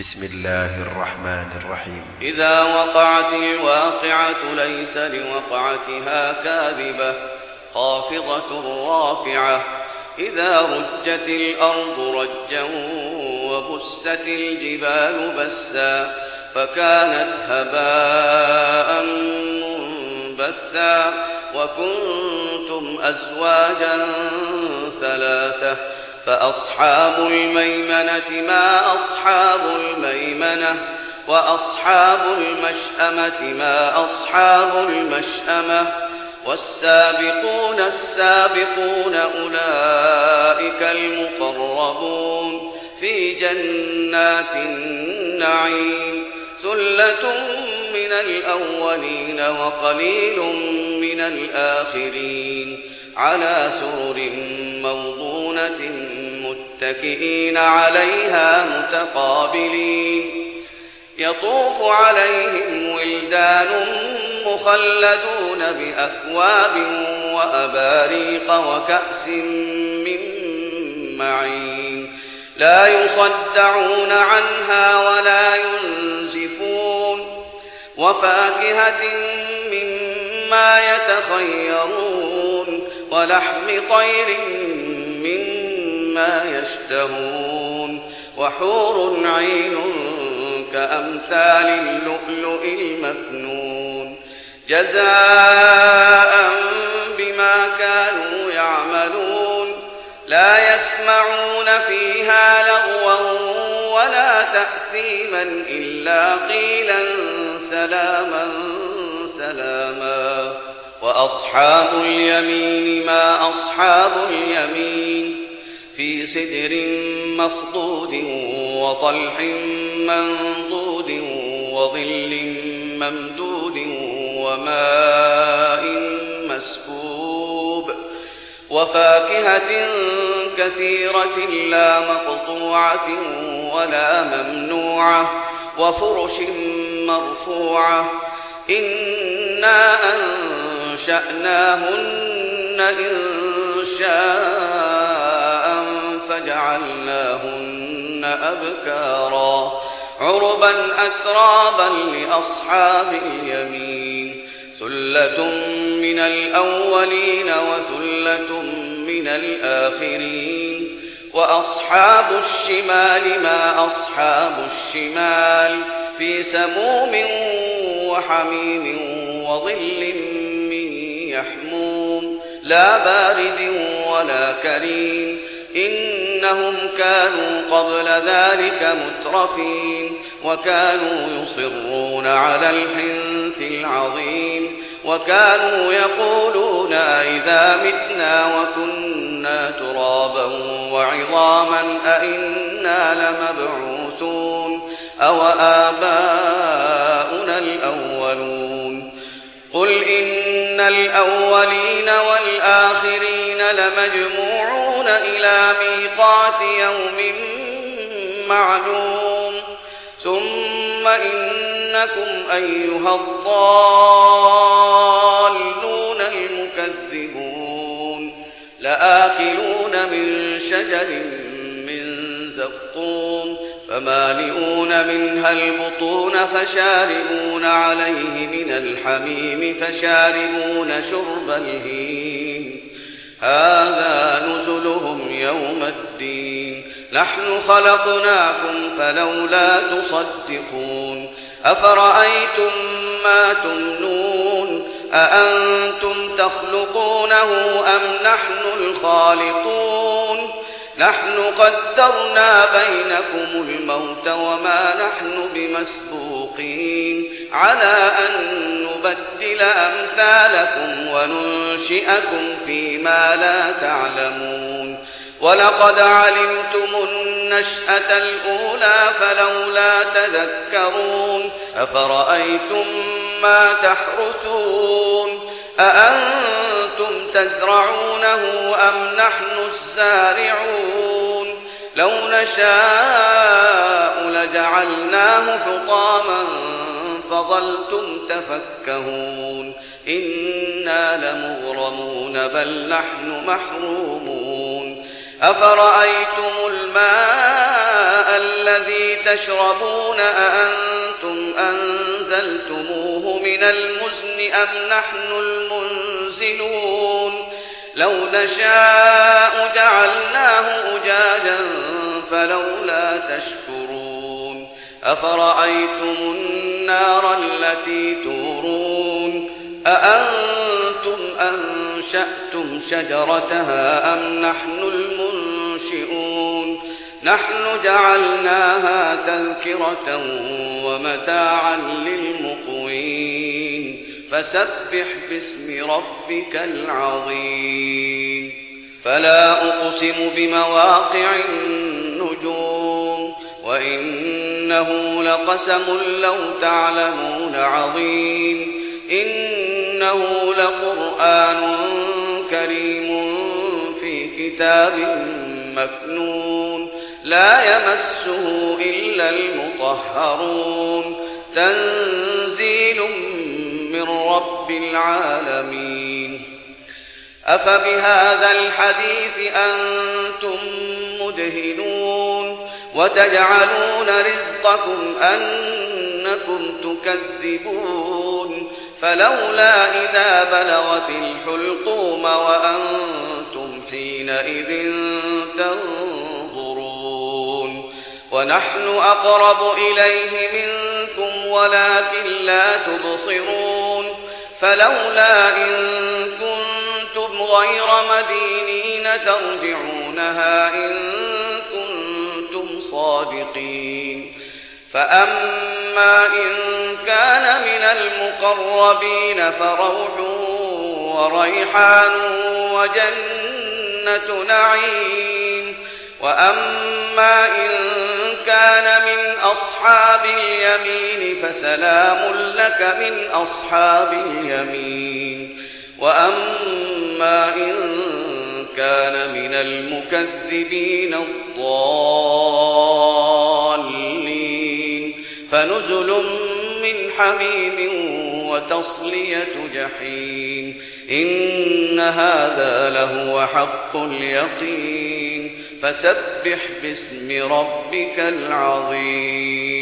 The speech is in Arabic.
بسم الله الرحمن الرحيم. إذا وقعت الواقعة ليس لوقعتها كاذبة خافضة رافعة إذا رجت الأرض رجا وبست الجبال بسا فكانت هباء منبثا وكنتم أزواجا ثلاثة فأصحاب الميمنة ما أصحاب الميمنة وأصحاب المشأمة ما أصحاب المشأمة والسابقون السابقون أولئك المقربون في جنات النعيم ثلة من الأولين وقليل من الآخرين على سرر موضونة متكئين عليها متقابلين يطوف عليهم ولدان مخلدون بأكواب وأباريق وكأس من معين لا يصدعون عنها ولا ينزفون وفاكهة مما يتخيرون ولحم طير مما يشتهون وحور عين كأمثال اللؤلؤ المكنون جزاء بما كانوا يعملون لا يسمعون فيها لغوا ولا تأثيما إلا قيلا سلاما سلاما وأصحاب اليمين ما أصحاب اليمين في سدر مخضود وطلح منضود وظل ممدود وماء مسكوب وفاكهة كثيرة لا مقطوعة ولا ممنوعة وفرش مرفوعة إنا أنشأناهن إنشاء فجعلناهن أبكارا عربا أترابا لأصحاب اليمين ثلة من الأولين وثلة من الآخرين وأصحاب الشمال ما أصحاب الشمال في سموم وحميم وظل من يحموم لا بارد ولا كريم إنهم كانوا قبل ذلك مترفين وكانوا يصرون على الحنث العظيم وكانوا يقولون إذا متنا وكنا ترابا وعظاما أئنا لمبعوثون أو آباؤنا الأولون قل إن الأولين والآخرين لمجموعون إلى ميقات يوم معلوم ثم إنكم أيها الضالون المكذبون لآكلون من شجر من زقوم فمالئون منها البطون فشاربون عليه من الحميم فشاربون شرب الهيم هذا نزلهم يوم الدين نحن خلقناكم فلولا تصدقون أفرأيتم ما تمنون أأنتم تخلقونه أم نحن الخالقون نحن قدرنا بينكم الموت وما نحن بمسبوقين على أن نبدل أمثالكم وننشئكم فيما لا تعلمون ولقد علمتم النشأة الأولى فلولا تذكرون أفرأيتم ما تحرثون أأنتم تزرعونه أم نحن الزارعون لو نشاء لجعلناه حطاما فظلتم تفكهون إنا لمغرمون بل نحن محرومون أفرأيتم الماء الذي تشربون أأنتم أنزلتموه من المزن أم نحن المنزلون لو نشاء جعلناه أجاجا فلولا تشكرون أفرأيتم النار التي تورون أأنتم أنشأتم شجرتها أم نحن المنشئون نحن جعلناها تذكرة ومتاعا للمقوين فسبح باسم ربك العظيم فلا أقسم بمواقع النجوم وإنه لقسم لو تعلمون عظيم إنه لقرآن كريم في كتاب مكنون لا يمسه إلا المطهرون تنزيل من رب العالمين أفبهذا الحديث أنتم مدهنون وتجعلون رزقكم أنكم تكذبون فلولا إذا بلغت الحلقوم وأنتم حينئذ تنظرون ونحن أقرب إليه منكم ولكن لا تبصرون فلولا إن كنتم غير مدينين ترجعونها إن كنتم صادقين فأما إن كان من المقربين فروح وريحان وجنة نعيم وأما إن كان من أصحاب اليمين فسلام لك من أصحاب اليمين وأما إن كان من المكذبين الضالين فنزل من حميم وتصلية جحيم إن هذا لهو حق اليقين فسبح باسم ربك العظيم